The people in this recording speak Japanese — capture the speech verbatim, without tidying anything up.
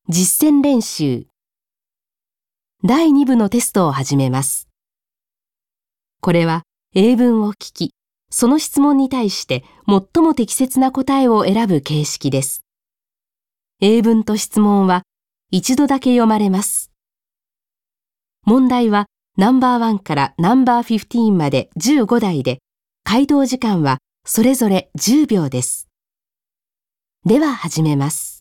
実践練習だいに部のテストを始めます。これは英文を聞き、その質問に対して最も適切な答えを選ぶ形式です。英文と質問は一度だけ読まれます。問題はナンバーワンからナンバーフィフティーンまでじゅうご題で、回答時間はそれぞれじゅうびょうです。では始めます。